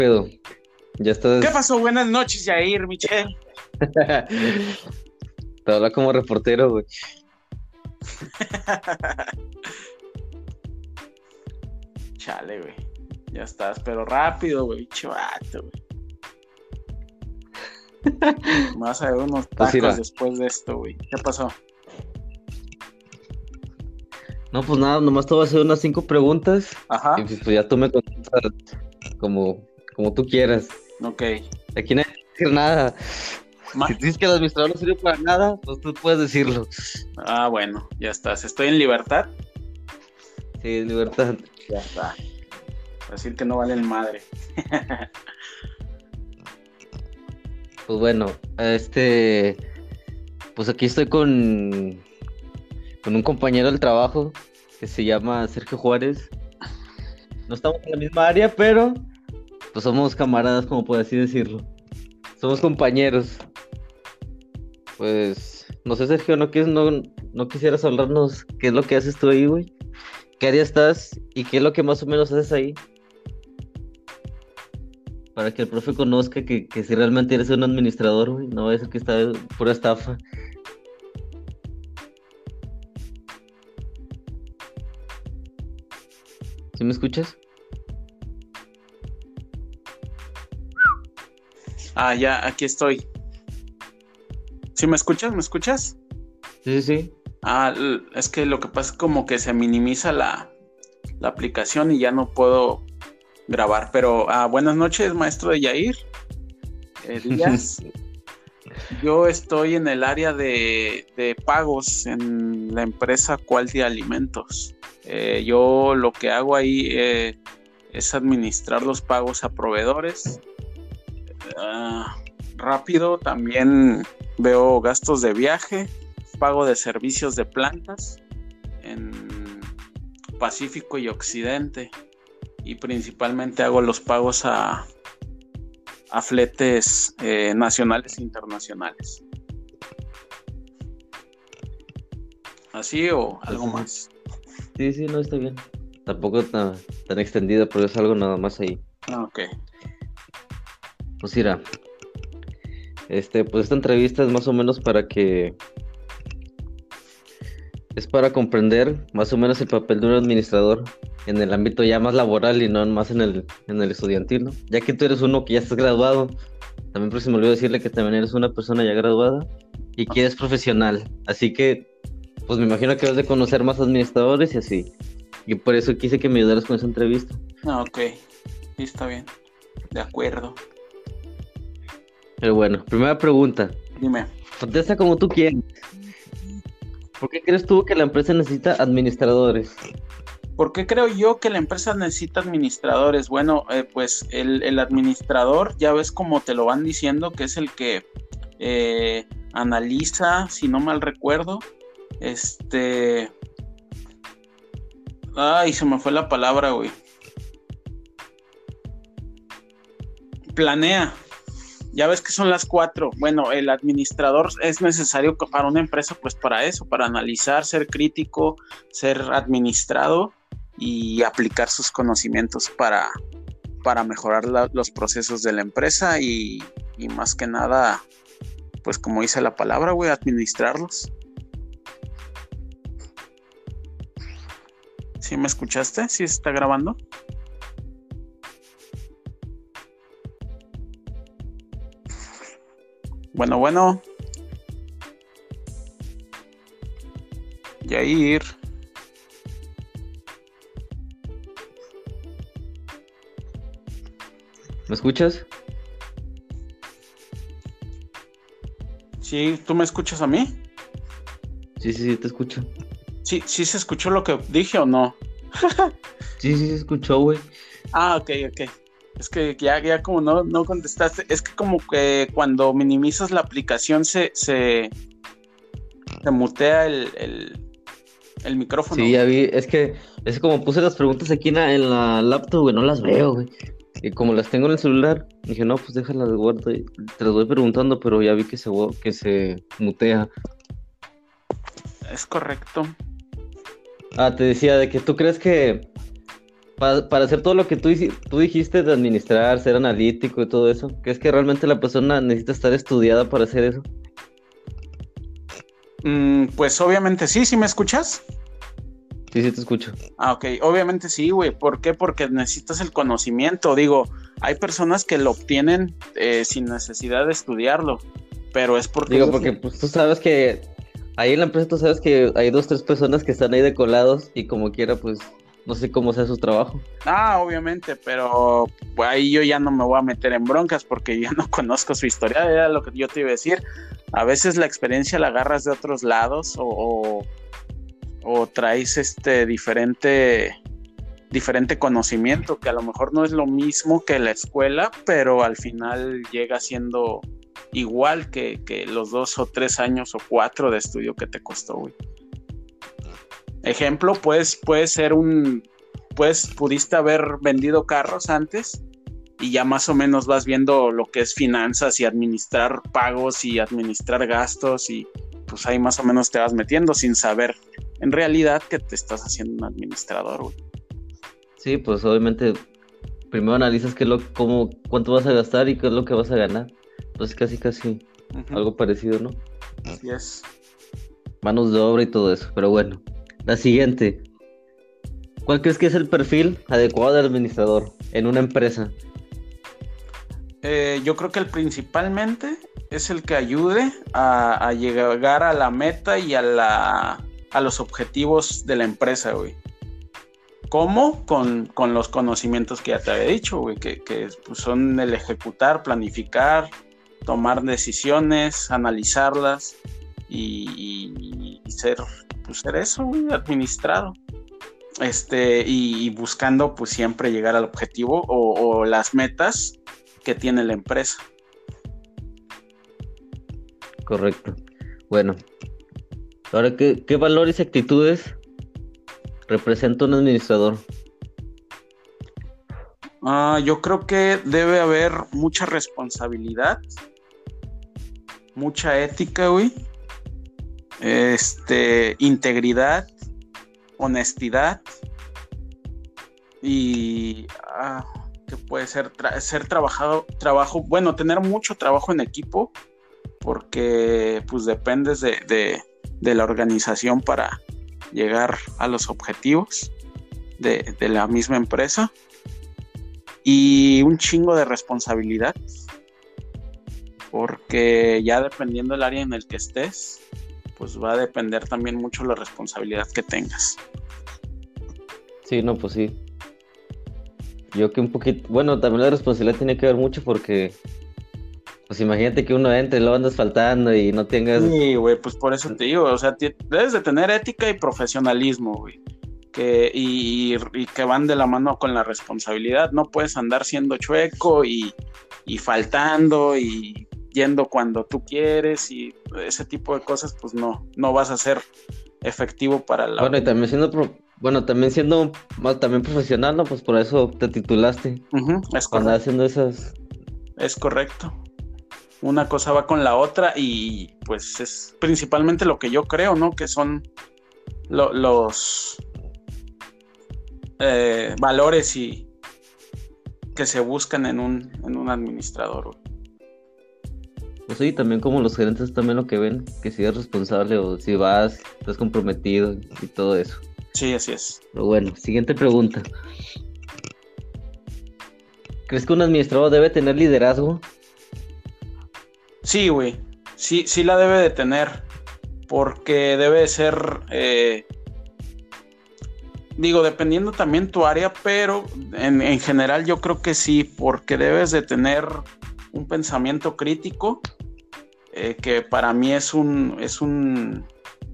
Pedo, ya ¿Qué estás. pasó? Buenas noches, Jair, Michelle. Te habla como reportero, güey. Chale, güey. Ya estás, pero rápido, güey. Chivato, güey. Me vas a ver unos Pues tacos mira, después de esto, güey. ¿Qué pasó? no, pues nada, nomás te voy a hacer unas 5 preguntas y Ajá. pues ya tú me contestas como tú quieras. Ok. Aquí no hay que decir nada. Si Ma- tú dices que el administrador no sirve para nada, pues tú puedes decirlo. bueno, ya estás. Estoy en libertad. Sí, libertad. Ya está. Decir que no valen madre. Pues bueno, pues aquí estoy con un compañero del trabajo que se llama Sergio Juárez. No estamos en la misma área, pero pues somos camaradas, como por así decirlo. Somos compañeros. Pues, no sé, Sergio, no quisieras hablarnos qué es lo que haces tú ahí, güey. ¿Qué área estás y qué es lo que más o menos haces ahí? Para que el profe conozca que si realmente eres un administrador, güey, no va a ser que está de pura estafa. ¿Sí me escuchas? Ya, aquí estoy. ¿Sí me escuchas? ¿Me escuchas? Sí, sí, sí. Es que lo que pasa es como que se minimiza la aplicación y ya no puedo grabar. Pero, buenas noches, maestro de Yair. Díaz. Yo estoy en el área de pagos en la empresa Quality Alimentos. Yo lo que hago ahí es administrar los pagos a proveedores. Ah, Rápido, también veo gastos de viaje, pago de servicios de plantas en Pacífico y Occidente. Y principalmente hago los pagos a fletes nacionales e internacionales. ¿Así o algo Entonces, más? sí, sí, no está bien. Tampoco tan extendido, pero es algo nada más ahí. Ok. Pues mira, pues esta entrevista es más o menos es para comprender más o menos el papel de un administrador en el ámbito ya más laboral y no más en el estudiantil, ¿no? Ya que tú eres uno que ya estás graduado, también por si me olvidó decirle que también eres una persona ya graduada y que eres profesional. Así que, pues me imagino que vas de conocer más administradores y así. Y por eso quise que me ayudaras con esa entrevista. Ok. Sí, está bien. De acuerdo. Pero bueno, primera pregunta. Dime. Contesta como tú quieras. ¿Por qué crees tú que la empresa necesita administradores? ¿Por qué creo yo que la empresa necesita administradores? Bueno, pues el administrador, ya ves como te lo van diciendo, que es el que analiza, si no mal recuerdo, este... Ay, se me fue la palabra, güey. Planea. Ya ves que son las 4. Bueno, el administrador es necesario para una empresa, pues para eso, para analizar, ser crítico, ser administrado y aplicar sus conocimientos para mejorar los procesos de la empresa y más que nada, pues como dice la palabra, güey, administrarlos. ¿Sí me escuchaste? ¿Sí se está grabando? Bueno, Yair. ¿Me escuchas? ¿Sí, tú me escuchas a mí? Sí, sí, sí, te escucho. ¿Sí, sí se escuchó lo que dije o no? Sí, sí, se escuchó, güey. Ok. Es que ya como no contestaste, es que como que cuando minimizas la aplicación se mutea el micrófono, Sí, güey. ya vi. Es que como puse las preguntas aquí en la laptop, güey, no las veo, güey. Y como las tengo en el celular, dije, no, pues déjalas de guardo y te las voy preguntando, pero ya vi que se mutea. Es correcto. Te decía de que tú crees para hacer todo lo que tú dijiste de administrar, ser analítico y todo eso, ¿crees que realmente la persona necesita estar estudiada para hacer eso? Pues obviamente sí, ¿sí me escuchas? Sí, sí te escucho. Ok, obviamente sí, güey. ¿Por qué? Porque necesitas el conocimiento. Digo, hay personas que lo obtienen sin necesidad de estudiarlo, pero es porque... Digo, porque pues, tú sabes que ahí en la empresa tú sabes que hay 2, 3 personas que están ahí de colados y como quiera, pues no sé cómo sea su trabajo. Obviamente, pero pues, ahí yo ya no me voy a meter en broncas porque ya no conozco su historia, era lo que yo te iba a decir. A veces la experiencia la agarras de otros lados o traes diferente conocimiento que a lo mejor no es lo mismo que la escuela, pero al final llega siendo igual que los 2 o 3 años o 4 de estudio que te costó, güey. Ejemplo, puede ser pudiste haber vendido carros antes y ya más o menos vas viendo lo que es finanzas y administrar pagos y administrar gastos y pues ahí más o menos te vas metiendo sin saber en realidad que te estás haciendo un administrador, güey. Sí, pues obviamente primero analizas cuánto vas a gastar y qué es lo que vas a ganar. Entonces casi algo parecido, ¿no? Así es. Manos de obra y todo eso, pero bueno. La siguiente. ¿Cuál crees que es el perfil adecuado del administrador en una empresa? Yo creo que el principalmente es el que ayude a llegar a la meta y a los objetivos de la empresa, güey. ¿Cómo? Con los conocimientos que ya te había dicho, güey, que pues, son el ejecutar, planificar, tomar decisiones, analizarlas y ser eso, güey, administrado. Y buscando pues siempre llegar al objetivo o las metas que tiene la empresa. Correcto. Bueno, ahora, ¿qué valores y actitudes representa un administrador? Yo creo que debe haber mucha responsabilidad, mucha ética, güey, integridad, honestidad y que puede ser tener mucho trabajo en equipo, porque pues dependes de la organización para llegar a los objetivos de la misma empresa, y un chingo de responsabilidad, porque ya dependiendo del área en el que estés, pues va a depender también mucho la responsabilidad que tengas. Sí, no, pues sí. Yo que un poquito, bueno, también la responsabilidad tiene que ver mucho porque, pues imagínate que uno entre y lo andas faltando y no tengas... Sí, güey, pues por eso te digo, o sea, debes de tener ética y profesionalismo, güey, y que van de la mano con la responsabilidad. No puedes andar siendo chueco y faltando y yendo cuando tú quieres y ese tipo de cosas, pues no vas a ser efectivo para la... Bueno, y también siendo también profesional, ¿no? Pues por eso te titulaste. Es cuando correcto. haciendo esas... Es correcto. Una cosa va con la otra y pues es principalmente lo que yo creo, ¿no? Que son los valores y que se buscan en un administrador, güey. Pues sí, también como los gerentes también lo que ven, que si eres responsable o si estás comprometido y todo eso. Sí, así es. Pero bueno, siguiente pregunta. ¿Crees que un administrador debe tener liderazgo? Sí, güey. Sí la debe de tener. Porque debe de ser... dependiendo también tu área, pero en general yo creo que sí, porque debes de tener un pensamiento crítico, que para mí es una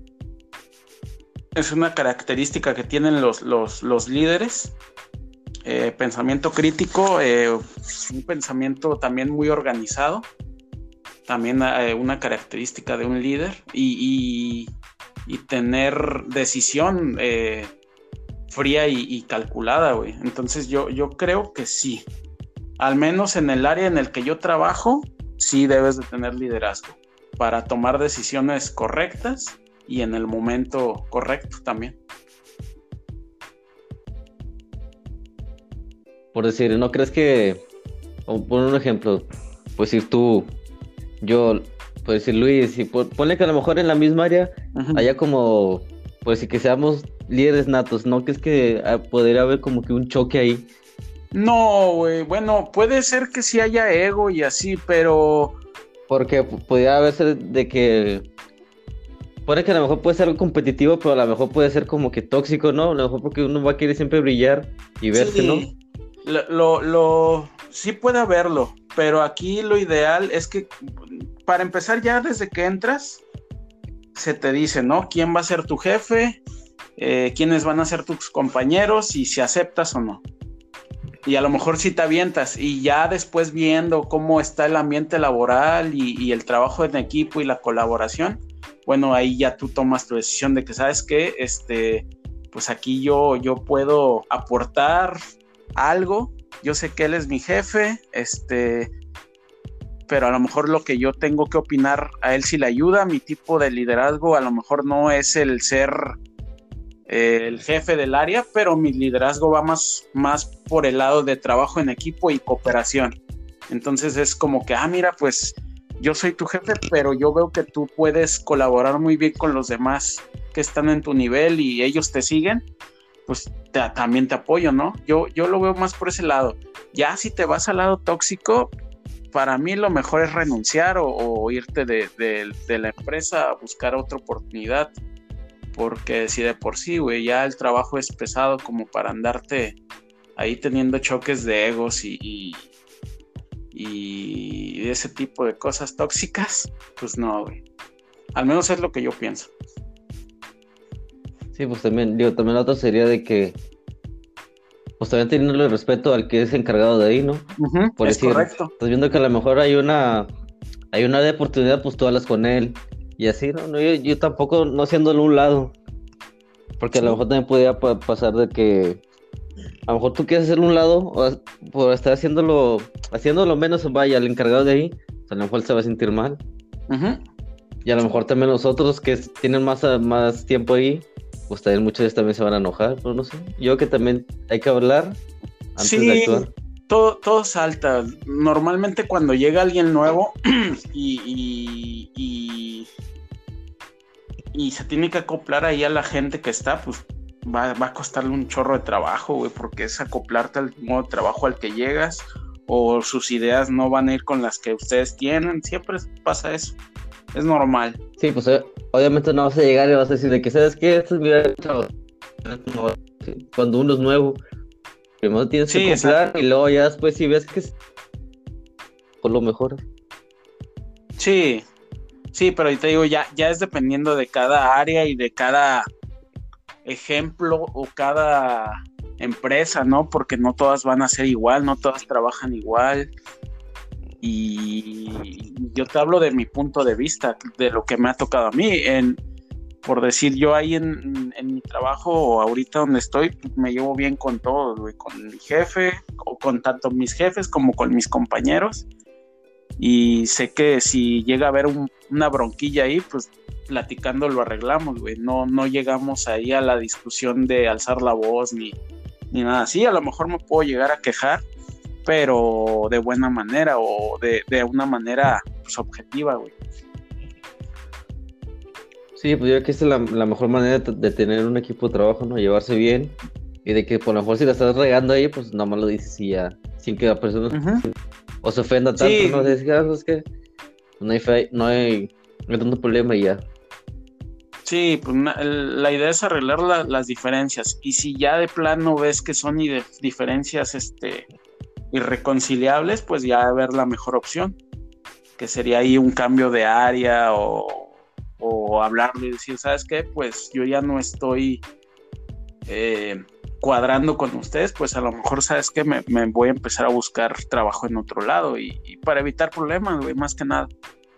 característica que tienen los líderes. Pensamiento crítico, un pensamiento también muy organizado, también una característica de un líder, y tener decisión fría y calculada, güey. Entonces yo creo que sí, al menos en el área en el que yo trabajo, sí debes de tener liderazgo para tomar decisiones correctas y en el momento correcto también. por decir, ¿no crees que, o por un ejemplo, pues si tú, yo, pues decir Luis, y ponle que a lo mejor en la misma área haya como, pues sí que seamos líderes natos, ¿no? Que es que podría haber como que un choque ahí. No, güey, bueno, puede ser que sí haya ego y así, pero... Porque podría haberse de que, pone que a lo mejor puede ser algo competitivo, pero a lo mejor puede ser como que tóxico, ¿no? A lo mejor porque uno va a querer siempre brillar y verse, ¿no? Sí, sí puede haberlo, pero aquí lo ideal es que, para empezar ya desde que entras, se te dice, ¿no? ¿Quién va a ser tu jefe? ¿Quiénes van a ser tus compañeros? Y si aceptas o no. Y a lo mejor si te avientas y ya después viendo cómo está el ambiente laboral y el trabajo en equipo y la colaboración, bueno, ahí ya tú tomas tu decisión de que, ¿sabes qué? Pues aquí yo puedo aportar algo, yo sé que él es mi jefe, pero a lo mejor lo que yo tengo que opinar a él sí le ayuda, mi tipo de liderazgo a lo mejor no es el ser el jefe del área, pero mi liderazgo va más por el lado de trabajo en equipo y cooperación. Entonces es como que, mira, pues yo soy tu jefe, pero yo veo que tú puedes colaborar muy bien con los demás que están en tu nivel y ellos te siguen, pues también te apoyo, ¿no? Yo lo veo más por ese lado. Ya si te vas al lado tóxico, para mí lo mejor es renunciar o irte de la empresa a buscar otra oportunidad. Porque si de por sí, güey, ya el trabajo es pesado como para andarte ahí teniendo choques de egos y ese tipo de cosas tóxicas, pues no, güey. Al menos es lo que yo pienso. Sí, pues también, digo, también la otra sería de que, pues también teniendo el respeto al que es encargado de ahí, ¿no? Por Es decir, correcto. estás viendo que a lo mejor hay una de oportunidad, pues tú hablas con él y así, ¿no? Yo tampoco no haciéndolo a un lado, porque a lo mejor también podría pasar de que a lo mejor tú quieres hacerlo a un lado o por estar haciéndolo menos, vaya, el encargado de ahí, pues a lo mejor se va a sentir mal. Y a lo mejor también los otros que tienen más tiempo ahí, pues también muchos de ellos también se van a enojar, pero no sé. Yo creo que también hay que hablar antes de actuar. Todo salta. Normalmente cuando llega alguien nuevo y se tiene que acoplar ahí a la gente que está, pues va a costarle un chorro de trabajo, güey, porque es acoplarte al modo de trabajo al que llegas, o sus ideas no van a ir con las que ustedes tienen. Siempre pasa eso. Es normal. Sí, pues obviamente no vas a llegar y vas a decir de que, ¿sabes qué? Esto es mi trabajo. Cuando uno es nuevo, primero tienes que acoplar y luego ya después si ves que por lo mejor. Sí, pero te digo, ya es dependiendo de cada área y de cada ejemplo o cada empresa, ¿no? Porque no todas van a ser igual, no todas trabajan igual. Y yo te hablo de mi punto de vista, de lo que me ha tocado a mí. Por decir, yo ahí en mi trabajo o ahorita donde estoy, me llevo bien con todos, güey, con mi jefe, o con tanto mis jefes como con mis compañeros. Y sé que si llega a haber una bronquilla ahí, pues platicando lo arreglamos, güey. No llegamos ahí a la discusión de alzar la voz ni nada. Sí, a lo mejor me puedo llegar a quejar, pero de buena manera o de una manera pues, objetiva, güey. Sí, pues yo creo que esta es la mejor manera de tener un equipo de trabajo, ¿no? Llevarse bien y de que por lo mejor si la estás regando ahí, pues nada más lo dices y ya, sin que la persona o se ofenda tanto, sí. ¿No? Es que no hay tanto problema y ya. Sí, pues la idea es arreglar las diferencias, y si ya de plano ves que son diferencias irreconciliables, pues ya ver la mejor opción, que sería ahí un cambio de área o hablarle y decir, ¿sabes qué? Pues yo ya no estoy cuadrando con ustedes, pues a lo mejor, ¿sabes qué? Me voy a empezar a buscar trabajo en otro lado y para evitar problemas, güey, más que nada.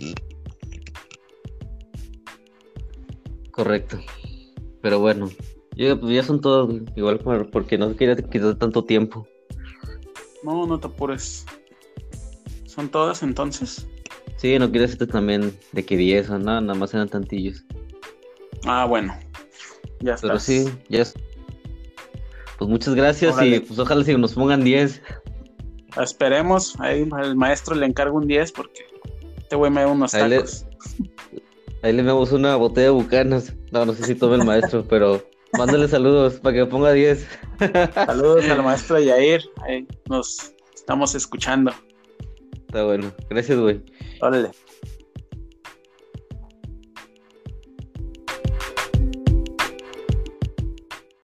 Correcto. Pero bueno, pues ya son todos, igual porque no quería quitar tanto tiempo. No te apures. ¿Son todas entonces? Sí, no quería hacerte también de que 10 o nada más eran tantillos. Bueno, ya está. Pero sí, ya es. Pues Pues muchas gracias. Órale. Y pues ojalá si nos pongan 10. Esperemos, ahí al maestro le encargo un 10 porque este güey me da unos Ahí le, tacos. ahí le damos una botella de Bucanas. No sé si tome el maestro, pero mándale saludos para que ponga 10. Saludos al maestro Yair, ahí nos estamos escuchando. Está bueno. Gracias, güey. Órale.